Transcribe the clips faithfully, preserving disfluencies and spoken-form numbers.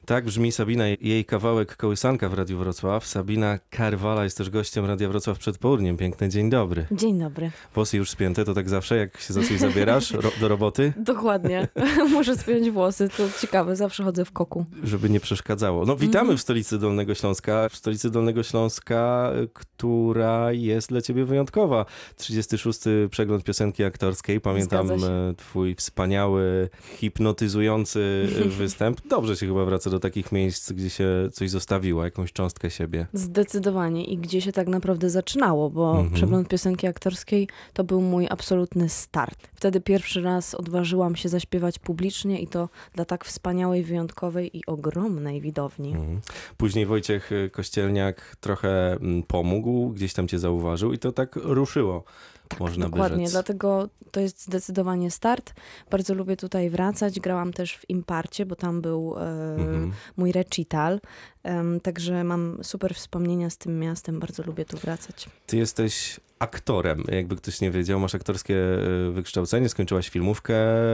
Tak brzmi Sabina i jej kawałek Kołysanka w Radiu Wrocław. Sabina Karwala jest też gościem Radia Wrocław przed południem. Piękny dzień dobry. Dzień dobry. Włosy już spięte, to tak zawsze, jak się za coś zabierasz ro- do roboty? Dokładnie. Muszę spiąć włosy, to ciekawe, zawsze chodzę w koku. Żeby nie przeszkadzało. No witamy mm-hmm. w stolicy Dolnego Śląska. W stolicy Dolnego Śląska, która jest dla ciebie wyjątkowa. trzydziesty szósty przegląd piosenki aktorskiej. Pamiętam twój wspaniały, hipnotyzujący występ. Dobrze się chyba wraca do takich miejsc, gdzie się coś zostawiło, jakąś cząstkę siebie. Zdecydowanie. I gdzie się tak naprawdę zaczynało, bo mm-hmm. przegląd piosenki aktorskiej to był mój absolutny start. Wtedy pierwszy raz odważyłam się zaśpiewać publicznie i to dla tak wspaniałej, wyjątkowej i ogromnej widowni. Mm. Później Wojciech Kościelniak trochę pomógł, gdzieś tam cię zauważył i to tak ruszyło. Tak, można dokładnie, by rzec. Dlatego to jest zdecydowanie start. Bardzo lubię tutaj wracać. Grałam też w Imparcie, bo tam był e, mm-hmm. mój recital. E, także mam super wspomnienia z tym miastem. Bardzo lubię tu wracać. Ty jesteś aktorem, jakby ktoś nie wiedział. Masz aktorskie wykształcenie, skończyłaś filmówkę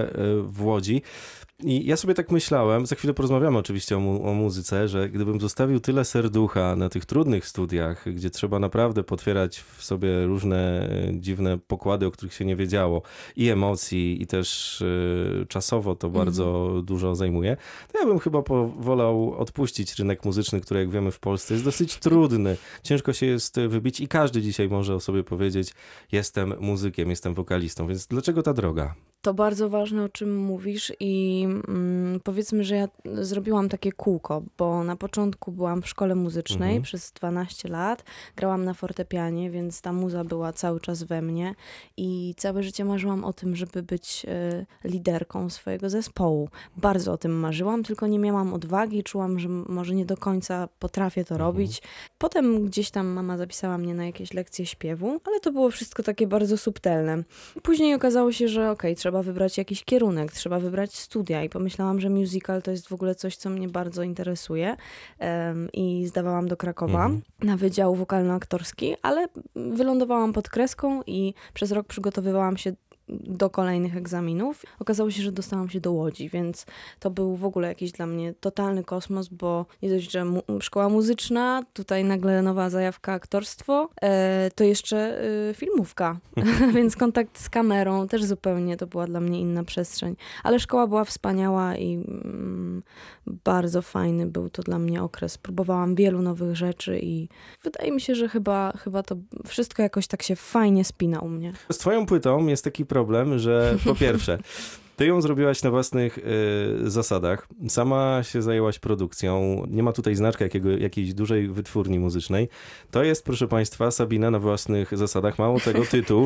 w Łodzi. I ja sobie tak myślałem, za chwilę porozmawiamy oczywiście o, mu- o muzyce, że gdybym zostawił tyle serducha na tych trudnych studiach, gdzie trzeba naprawdę potwierać w sobie różne dziwne pokłady, o których się nie wiedziało, i emocji, i też y, czasowo to bardzo mm. dużo zajmuje, to ja bym chyba wolał odpuścić rynek muzyczny, który, jak wiemy, w Polsce jest dosyć trudny. Ciężko się jest wybić i każdy dzisiaj może o sobie powiedzieć: jestem muzykiem, jestem wokalistą, więc dlaczego ta droga? To bardzo ważne, o czym mówisz i mm, powiedzmy, że ja zrobiłam takie kółko, bo na początku byłam w szkole muzycznej mhm. przez dwanaście lat, grałam na fortepianie, więc ta muza była cały czas we mnie i całe życie marzyłam o tym, żeby być y, liderką swojego zespołu. Bardzo o tym marzyłam, tylko nie miałam odwagi, czułam, że może nie do końca potrafię to mhm. robić. Potem gdzieś tam mama zapisała mnie na jakieś lekcje śpiewu, ale to było wszystko takie bardzo subtelne. Później okazało się, że okej, okay, trzeba Trzeba wybrać jakiś kierunek, trzeba wybrać studia i pomyślałam, że musical to jest w ogóle coś, co mnie bardzo interesuje um, i zdawałam do Krakowa mhm. na Wydział Wokalno-Aktorski, ale wylądowałam pod kreską i przez rok przygotowywałam się do kolejnych egzaminów. Okazało się, że dostałam się do Łodzi, więc to był w ogóle jakiś dla mnie totalny kosmos, bo nie dość, że mu- szkoła muzyczna, tutaj nagle nowa zajawka aktorstwo, e, to jeszcze e, filmówka, więc kontakt z kamerą też zupełnie to była dla mnie inna przestrzeń. Ale szkoła była wspaniała i mm, bardzo fajny był to dla mnie okres. Próbowałam wielu nowych rzeczy i wydaje mi się, że chyba, chyba to wszystko jakoś tak się fajnie spina u mnie. Z twoją płytą jest taki problem, że po pierwsze, ty ją zrobiłaś na własnych y, zasadach. Sama się zajęłaś produkcją. Nie ma tutaj znaczka jakiego, jakiejś dużej wytwórni muzycznej. To jest, proszę państwa, Sabina na własnych zasadach. Mało tego, tytuł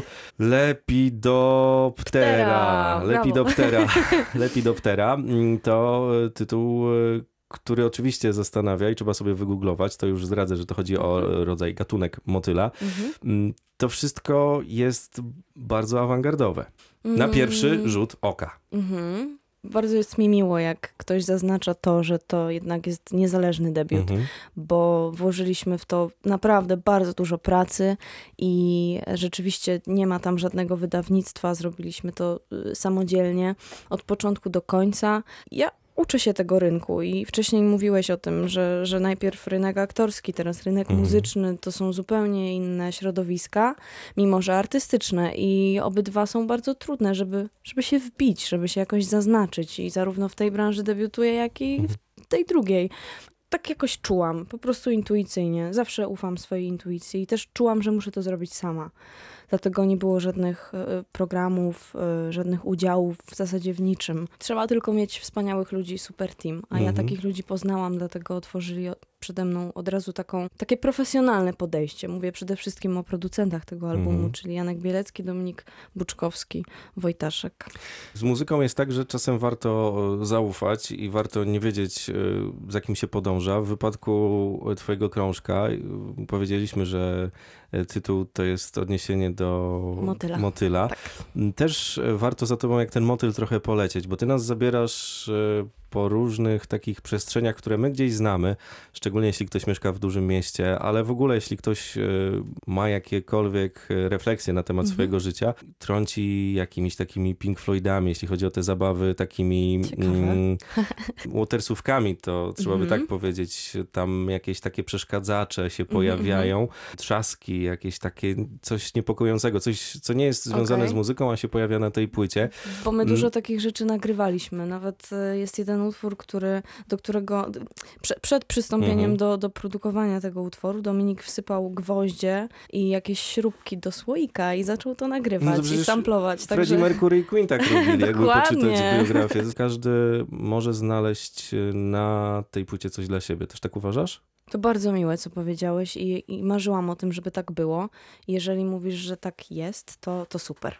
Lepidoptera. Lepidoptera. Lepidoptera. To tytuł, który oczywiście zastanawia i trzeba sobie wygooglować. To już zdradzę, że to chodzi o rodzaj, gatunek motyla. Mhm. To wszystko jest bardzo awangardowe. Na pierwszy rzut oka. Mhm. Bardzo jest mi miło, jak ktoś zaznacza to, że to jednak jest niezależny debiut, mhm. bo włożyliśmy w to naprawdę bardzo dużo pracy i rzeczywiście nie ma tam żadnego wydawnictwa. Zrobiliśmy to samodzielnie od początku do końca. Ja uczę się tego rynku i wcześniej mówiłeś o tym, że, że najpierw rynek aktorski, teraz rynek mm. muzyczny to są zupełnie inne środowiska, mimo że artystyczne i obydwa są bardzo trudne, żeby, żeby się wbić, żeby się jakoś zaznaczyć i zarówno w tej branży debiutuję, jak i w tej drugiej. Tak jakoś czułam, po prostu intuicyjnie. Zawsze ufam swojej intuicji i też czułam, że muszę to zrobić sama. Dlatego nie było żadnych programów, żadnych udziałów w zasadzie w niczym. Trzeba tylko mieć wspaniałych ludzi, super team. A ja mhm. takich ludzi poznałam, dlatego otworzyli przede mną od razu taką, takie profesjonalne podejście. Mówię przede wszystkim o producentach tego albumu, mhm. czyli Janek Bielecki, Dominik Buczkowski, Wojtaszek. Z muzyką jest tak, że czasem warto zaufać i warto nie wiedzieć, za kim się podąża. W wypadku twojego krążka powiedzieliśmy, że tytuł to jest odniesienie do Motyla. motyla. Tak. Też warto za tobą jak ten motyl trochę polecieć, bo ty nas zabierasz po różnych takich przestrzeniach, które my gdzieś znamy, szczególnie jeśli ktoś mieszka w dużym mieście, ale w ogóle jeśli ktoś ma jakiekolwiek refleksje na temat mhm. swojego życia, trąci jakimiś takimi Pink Floydami, jeśli chodzi o te zabawy takimi mm, watersówkami, to trzeba mhm. by tak powiedzieć, tam jakieś takie przeszkadzacze się pojawiają, mhm. trzaski, jakieś takie coś niepokojącego, coś, co nie jest związane okay. z muzyką, a się pojawia na tej płycie. Bo my dużo mm. takich rzeczy nagrywaliśmy, nawet jest jeden utwór, który, do którego prze, przed przystąpieniem mm-hmm. do, do produkowania tego utworu Dominik wsypał gwoździe i jakieś śrubki do słoika i zaczął to nagrywać no i samplować. Freddie także... Mercury i Queen tak robili, jakby poczytać biografię. Każdy może znaleźć na tej płycie coś dla siebie. Też tak uważasz? To bardzo miłe, co powiedziałeś i, i marzyłam o tym, żeby tak było. Jeżeli mówisz, że tak jest, to, to super.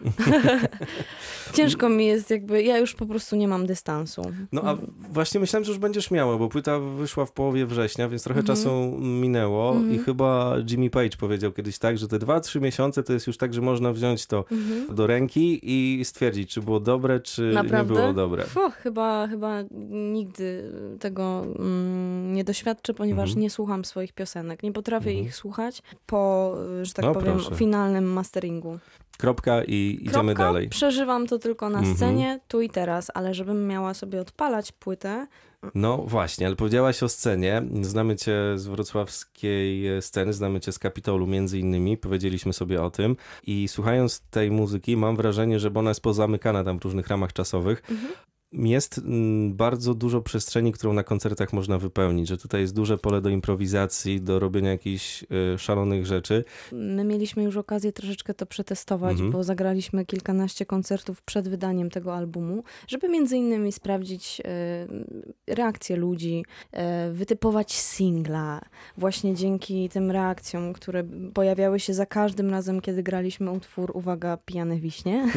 Ciężko mi jest jakby, ja już po prostu nie mam dystansu. No a właśnie myślałem, że już będziesz miała, bo płyta wyszła w połowie września, więc trochę mm-hmm. czasu minęło mm-hmm. i chyba Jimmy Page powiedział kiedyś tak, że te dwa, trzy miesiące to jest już tak, że można wziąć to mm-hmm. do ręki i stwierdzić, czy było dobre, czy Naprawdę? nie było dobre. Fuh, chyba, chyba nigdy tego mm, nie doświadczę, ponieważ mm-hmm. nie słucham swoich piosenek. Nie potrafię mhm. ich słuchać po, że tak no, powiem, proszę. finalnym masteringu. Kropka i idziemy Kropka, dalej. Przeżywam to tylko na mhm. scenie, tu i teraz, ale żebym miała sobie odpalać płytę. No właśnie, ale powiedziałaś o scenie. Znamy cię z wrocławskiej sceny, znamy cię z Kapitolu między innymi, powiedzieliśmy sobie o tym i słuchając tej muzyki mam wrażenie, że ona jest pozamykana tam w różnych ramach czasowych. Mhm. Jest bardzo dużo przestrzeni, którą na koncertach można wypełnić, że tutaj jest duże pole do improwizacji, do robienia jakichś y, szalonych rzeczy. My mieliśmy już okazję troszeczkę to przetestować, mhm. bo zagraliśmy kilkanaście koncertów przed wydaniem tego albumu, żeby między innymi sprawdzić y, reakcje ludzi, y, wytypować singla. Właśnie dzięki tym reakcjom, które pojawiały się za każdym razem, kiedy graliśmy utwór, uwaga, Pijane wiśnie.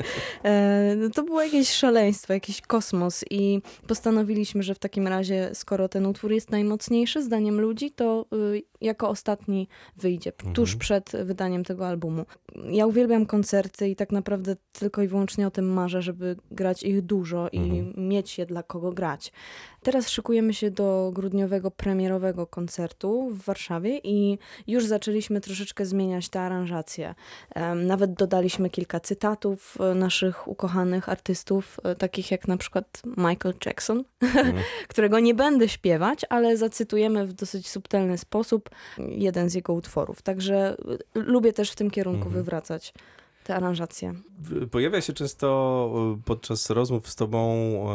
y, to było jakieś szaleństwo, jakieś kosmos i postanowiliśmy, że w takim razie, skoro ten utwór jest najmocniejszy zdaniem ludzi, to y, jako ostatni wyjdzie, mhm. tuż przed wydaniem tego albumu. Ja uwielbiam koncerty i tak naprawdę tylko i wyłącznie o tym marzę, żeby grać ich dużo i mhm. mieć je dla kogo grać. Teraz szykujemy się do grudniowego premierowego koncertu w Warszawie i już zaczęliśmy troszeczkę zmieniać te aranżacje. Nawet dodaliśmy kilka cytatów naszych ukochanych artystów, takich jak na przykład Michael Jackson, mhm. którego nie będę śpiewać, ale zacytujemy w dosyć subtelny sposób jeden z jego utworów. Także lubię też w tym kierunku mhm. wywracać te aranżacje. Pojawia się często podczas rozmów z tobą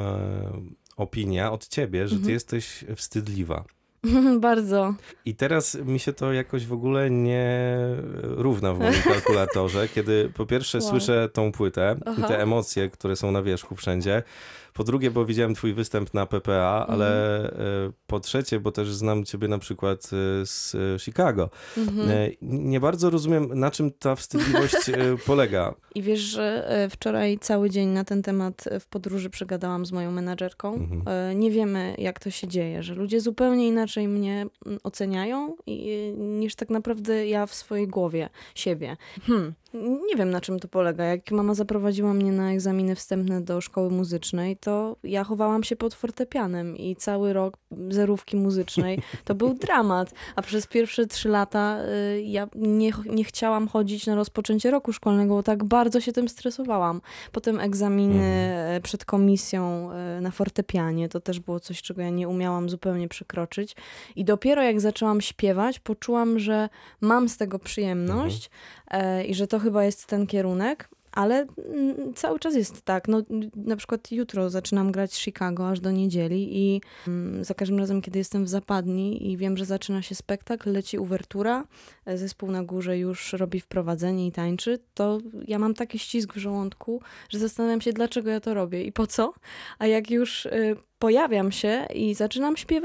e, opinia od ciebie, że ty mhm. jesteś wstydliwa. Bardzo. I teraz mi się to jakoś w ogóle nie równa w moim kalkulatorze, kiedy po pierwsze wow. słyszę tą płytę Aha. i te emocje, które są na wierzchu wszędzie. Po drugie, bo widziałem twój występ na P P A, ale mm. po trzecie, bo też znam ciebie na przykład z Chicago. Mm-hmm. Nie bardzo rozumiem, na czym ta wstydliwość polega. I wiesz, że wczoraj cały dzień na ten temat w podróży przegadałam z moją menadżerką. Mm-hmm. Nie wiemy, jak to się dzieje, że ludzie zupełnie inaczej mnie oceniają niż tak naprawdę ja w swojej głowie siebie. Hmm. Nie wiem, na czym to polega. Jak mama zaprowadziła mnie na egzaminy wstępne do szkoły muzycznej, to ja chowałam się pod fortepianem i cały rok zerówki muzycznej to był dramat. A przez pierwsze trzy lata y, ja nie, nie chciałam chodzić na rozpoczęcie roku szkolnego, bo tak bardzo się tym stresowałam. Potem egzaminy mhm. przed komisją y, na fortepianie, to też było coś, czego ja nie umiałam zupełnie przekroczyć. I dopiero jak zaczęłam śpiewać, poczułam, że mam z tego przyjemność mhm. y, i że to chyba jest ten kierunek, ale mm, cały czas jest tak. No, na przykład jutro zaczynam grać Chicago aż do niedzieli i mm, za każdym razem, kiedy jestem w Zapadni i wiem, że zaczyna się spektakl, leci uwertura, zespół na górze już robi wprowadzenie i tańczy, to ja mam taki ścisk w żołądku, że zastanawiam się, dlaczego ja to robię i po co. A jak już y, pojawiam się i zaczynam śpiewać,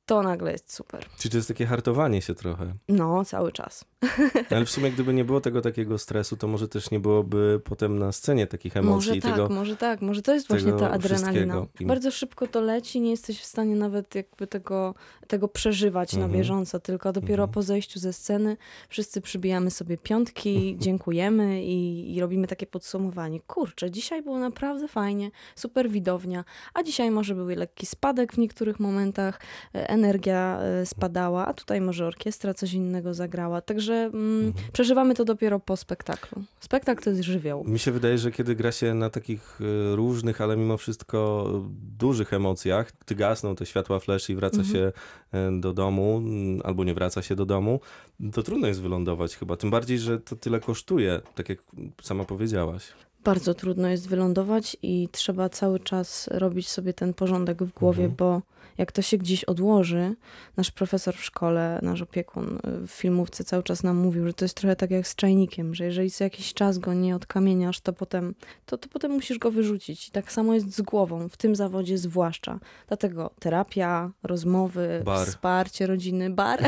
to nagle jest super. Czyli to jest takie hartowanie się trochę. No, cały czas. Ale w sumie gdyby nie było tego takiego stresu, to może też nie byłoby potem na scenie takich emocji. Może i tak, tego, może tak. Może to jest właśnie ta adrenalina. I... Bardzo szybko to leci, nie jesteś w stanie nawet jakby tego, tego przeżywać mhm. na bieżąco, tylko dopiero mhm. po zejściu ze sceny wszyscy przybijamy sobie piątki, dziękujemy i, i robimy takie podsumowanie. Kurczę, dzisiaj było naprawdę fajnie, super widownia, a dzisiaj może był lekki spadek w niektórych momentach, energia spadała, a tutaj może orkiestra coś innego zagrała. Także mm, mhm. przeżywamy to dopiero po spektaklu. Spektakl to jest żywioł. Mi się wydaje, że kiedy gra się na takich różnych, ale mimo wszystko dużych emocjach, gdy gasną te światła flash i wraca mhm. się do domu, albo nie wraca się do domu, to trudno jest wylądować chyba. Tym bardziej, że to tyle kosztuje, tak jak sama powiedziałaś. Bardzo trudno jest wylądować i trzeba cały czas robić sobie ten porządek w głowie, mhm. bo jak to się gdzieś odłoży, nasz profesor w szkole, nasz opiekun w filmówce cały czas nam mówił, że to jest trochę tak jak z czajnikiem, że jeżeli co jakiś czas go nie odkamieniasz, to potem, to, to potem musisz go wyrzucić. I tak samo jest z głową, w tym zawodzie zwłaszcza. Dlatego terapia, rozmowy, bar. wsparcie rodziny, bar,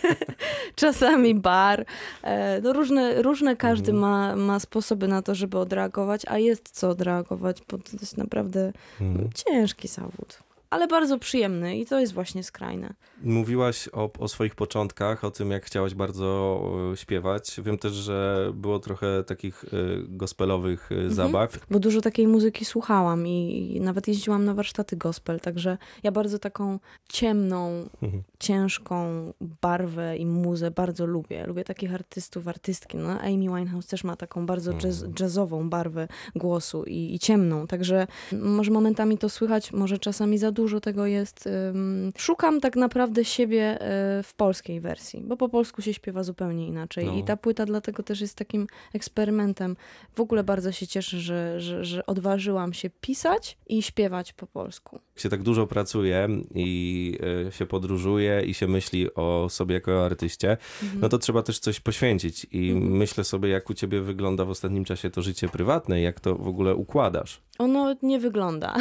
czasami bar. No różne, różne każdy mhm. ma, ma sposoby na to, żeby odreagować, a jest co odreagować, bo to jest naprawdę mhm. ciężki zawód. Ale bardzo przyjemny i to jest właśnie skrajne. Mówiłaś o, o swoich początkach, o tym, jak chciałaś bardzo śpiewać. Wiem też, że było trochę takich y, gospelowych y, mhm. zabaw. Bo dużo takiej muzyki słuchałam i, i nawet jeździłam na warsztaty gospel, także ja bardzo taką ciemną, mhm. ciężką barwę i muzę bardzo lubię. Lubię takich artystów, artystki. No, Amy Winehouse też ma taką bardzo jazz, jazzową barwę głosu i, i ciemną, także może momentami to słychać, może czasami za dużo dużo tego jest. Szukam tak naprawdę siebie w polskiej wersji, bo po polsku się śpiewa zupełnie inaczej. No. I ta płyta dlatego też jest takim eksperymentem. W ogóle bardzo się cieszę, że, że, że odważyłam się pisać i śpiewać po polsku. Jak się tak dużo pracuje i się podróżuje i się myśli o sobie jako artyście, mhm. no to trzeba też coś poświęcić. I mhm. myślę sobie, jak u ciebie wygląda w ostatnim czasie to życie prywatne, jak to w ogóle układasz. Ono nie wygląda.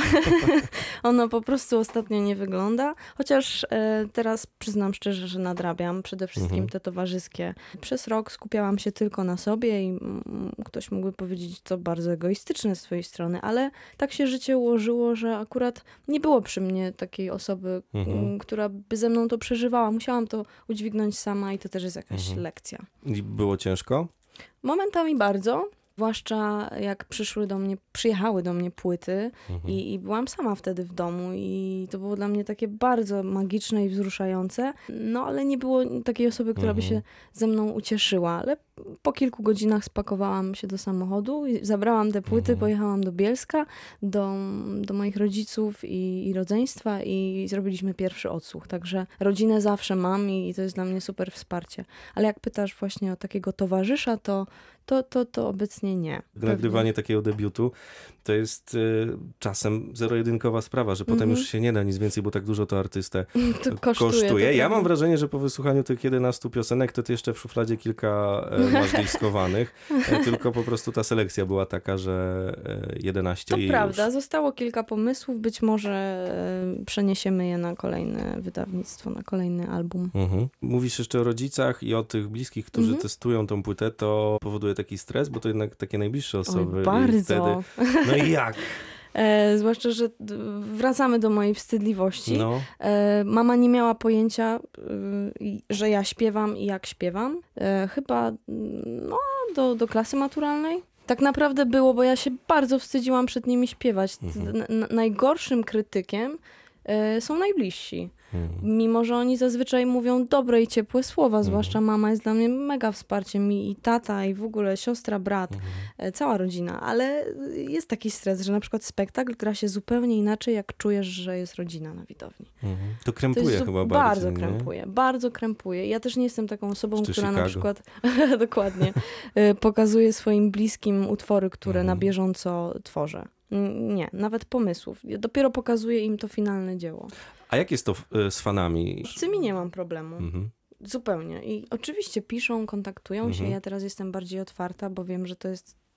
Ono po prostu ostatnio nie wygląda, chociaż e, teraz przyznam szczerze, że nadrabiam przede wszystkim mhm. te towarzyskie. Przez rok skupiałam się tylko na sobie i m, ktoś mógłby powiedzieć, to bardzo egoistyczne z twojej strony, ale tak się życie ułożyło, że akurat nie było przy mnie takiej osoby, mhm. m, która by ze mną to przeżywała. Musiałam to udźwignąć sama i to też jest jakaś mhm. lekcja. I było ciężko? Momentami bardzo. Zwłaszcza jak przyszły do mnie, przyjechały do mnie płyty mhm. i, i byłam sama wtedy w domu i to było dla mnie takie bardzo magiczne i wzruszające. No ale nie było takiej osoby, która mhm. by się ze mną ucieszyła. Ale po kilku godzinach spakowałam się do samochodu i zabrałam te płyty, mhm. pojechałam do Bielska, do, do moich rodziców i, i rodzeństwa i zrobiliśmy pierwszy odsłuch. Także rodzinę zawsze mam i, i to jest dla mnie super wsparcie. Ale jak pytasz właśnie o takiego towarzysza, to To, to, to obecnie nie. Nagrywanie takiego debiutu to jest y, czasem zero-jedynkowa sprawa, że potem mm-hmm. już się nie da nic więcej, bo tak dużo to artystę to kosztuje. kosztuje. To ja mam wrażenie, że po wysłuchaniu tych jedenastu piosenek, to ty jeszcze w szufladzie kilka e, masz gdzieś schowanych, e, tylko po prostu ta selekcja była taka, że e, jedenaście to i prawda, już. Zostało kilka pomysłów, być może e, przeniesiemy je na kolejne wydawnictwo, na kolejny album. Mm-hmm. Mówisz jeszcze o rodzicach i o tych bliskich, którzy mm-hmm. testują tą płytę, to powoduje taki stres, bo to jednak takie najbliższe osoby. Oj, bardzo. I wtedy, no i jak? E, zwłaszcza, że wracamy do mojej wstydliwości. No. E, mama nie miała pojęcia, y, że ja śpiewam i jak śpiewam. E, chyba no, do, do klasy maturalnej. Tak naprawdę było, bo ja się bardzo wstydziłam przed nimi śpiewać. Mhm. N- najgorszym krytykiem y, są najbliżsi. Hmm. Mimo, że oni zazwyczaj mówią dobre i ciepłe słowa, hmm. zwłaszcza mama jest dla mnie mega wsparciem i, i tata i w ogóle siostra, brat, hmm. cała rodzina, ale jest taki stres, że na przykład spektakl gra się zupełnie inaczej, jak czujesz, że jest rodzina na widowni. Hmm. To krępuje to jest chyba bardzo. Bardzo krępuje, bardzo krępuje. Ja też nie jestem taką osobą, Czy która Chicago. na przykład dokładnie pokazuje swoim bliskim utwory, które hmm. na bieżąco tworzę. Nie, nawet pomysłów. Ja dopiero pokazuję im to finalne dzieło. A jak jest to z fanami? Z tymi nie mam problemu. Mhm. Zupełnie. I oczywiście piszą, kontaktują mhm. się. Ja teraz jestem bardziej otwarta, bo wiem, że to jest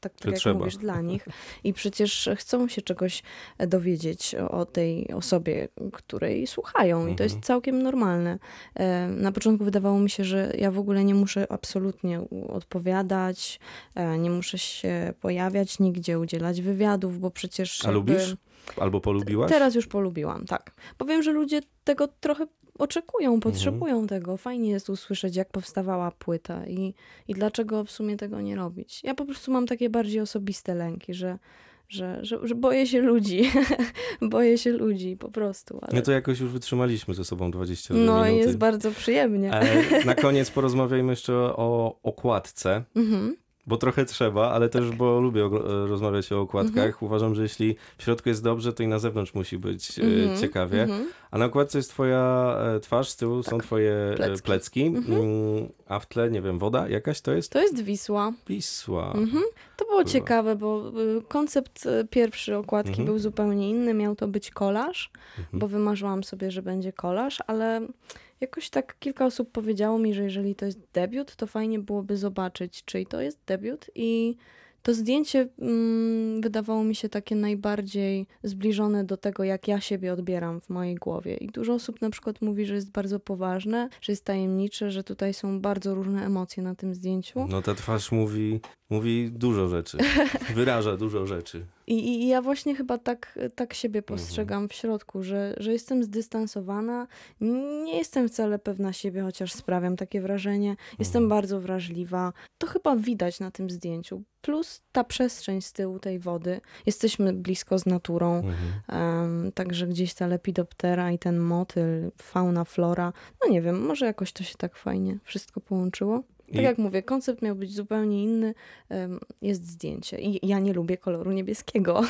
tak, tak Że jak trzeba. mówisz, dla nich. I przecież chcą się czegoś dowiedzieć o tej osobie, której słuchają. I to jest Mhm. całkiem normalne. E, Na początku wydawało mi się, że ja w ogóle nie muszę absolutnie u- odpowiadać, e, nie muszę się pojawiać nigdzie, udzielać wywiadów, bo przecież A jakby... lubisz? Albo polubiłaś? Teraz już polubiłam, tak. Powiem, że ludzie tego trochę oczekują, potrzebują tego. Fajnie jest usłyszeć, jak powstawała płyta i, i dlaczego w sumie tego nie robić. Ja po prostu mam takie bardziej osobiste lęki, że, że, że, że boję się ludzi. boję się ludzi po prostu. Ale... No to jakoś już wytrzymaliśmy ze sobą dwadzieścia dwie No minuty. jest bardzo przyjemnie. E, na koniec porozmawiajmy jeszcze o okładce. Mhm. Bo trochę trzeba, ale też, Tak. bo lubię ogl- rozmawiać o okładkach. Mhm. Uważam, że jeśli w środku jest dobrze, to i na zewnątrz musi być e, Mhm. ciekawie. Mhm. A na okładce jest twoja e, twarz, z tyłu są twoje e, Plecki. plecki, Mhm. Mm, a w tle, nie wiem, woda jakaś to jest? To jest Wisła. Wisła. Mhm. To było Bywa. ciekawe, bo y, koncept y, pierwszy okładki Mhm. był zupełnie inny. Miał to być kolaż, Mhm. bo wymarzyłam sobie, że będzie kolaż, ale jakoś tak kilka osób powiedziało mi, że jeżeli to jest debiut, to fajnie byłoby zobaczyć, czyj to jest debiut i to zdjęcie mm, wydawało mi się takie najbardziej zbliżone do tego, jak ja siebie odbieram w mojej głowie. I dużo osób na przykład mówi, że jest bardzo poważne, że jest tajemnicze, że tutaj są bardzo różne emocje na tym zdjęciu. No ta twarz mówi, mówi dużo rzeczy, wyraża dużo rzeczy. I, I ja właśnie chyba tak, tak siebie postrzegam w środku, że, że jestem zdystansowana, nie jestem wcale pewna siebie, chociaż sprawiam takie wrażenie. Jestem bardzo wrażliwa. To chyba widać na tym zdjęciu. Plus ta przestrzeń z tyłu tej wody. Jesteśmy blisko z naturą, Mhm. em, także gdzieś ta lepidoptera i ten motyl, fauna, flora. No nie wiem, może jakoś to się tak fajnie wszystko połączyło. Tak I- jak mówię, koncept miał być zupełnie inny. em, Jest zdjęcie. I ja nie lubię koloru niebieskiego.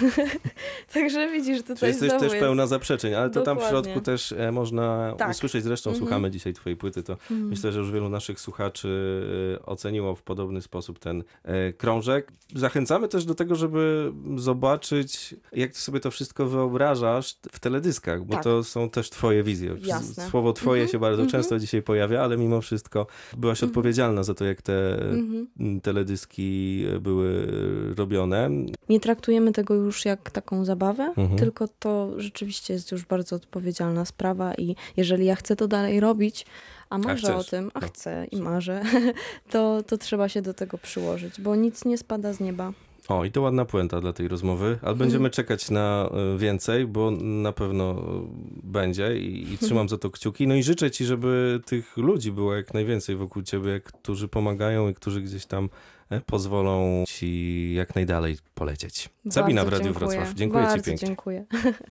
Także widzisz, Czy tutaj jesteś znowu też jest... pełna zaprzeczeń, ale to tam w Dokładnie. środku też e, można Tak. usłyszeć. Zresztą Mhm. słuchamy dzisiaj twojej płyty, to Mhm. myślę, że już wielu naszych słuchaczy e, oceniło w podobny sposób ten e, krążek. Zachęcamy też do tego, żeby zobaczyć, jak ty sobie to wszystko wyobrażasz w teledyskach, bo Tak. to są też twoje wizje. Jasne. Słowo twoje Mhm. się bardzo Mhm. często dzisiaj pojawia, ale mimo wszystko byłaś Mhm. odpowiedzialna za to, jak te Mhm. m, teledyski były robione. Nie traktujemy tego już jak taką zabawę, Mhm. tylko to rzeczywiście jest już bardzo odpowiedzialna sprawa i jeżeli ja chcę to dalej robić, a marzę o chcesz. tym, a No. chcę i marzę, to, to trzeba się do tego przyłożyć, bo nic nie spada z nieba. O, i to ładna puenta dla tej rozmowy, ale będziemy czekać na y, więcej, bo na pewno y, będzie i, i trzymam za to kciuki. No i życzę ci, żeby tych ludzi było jak najwięcej wokół ciebie, którzy pomagają i którzy gdzieś tam e, pozwolą ci jak najdalej polecieć. Sabina w Bardzo Radiu dziękuję. Wrocław. Dziękuję Bardzo ci pięknie. dziękuję.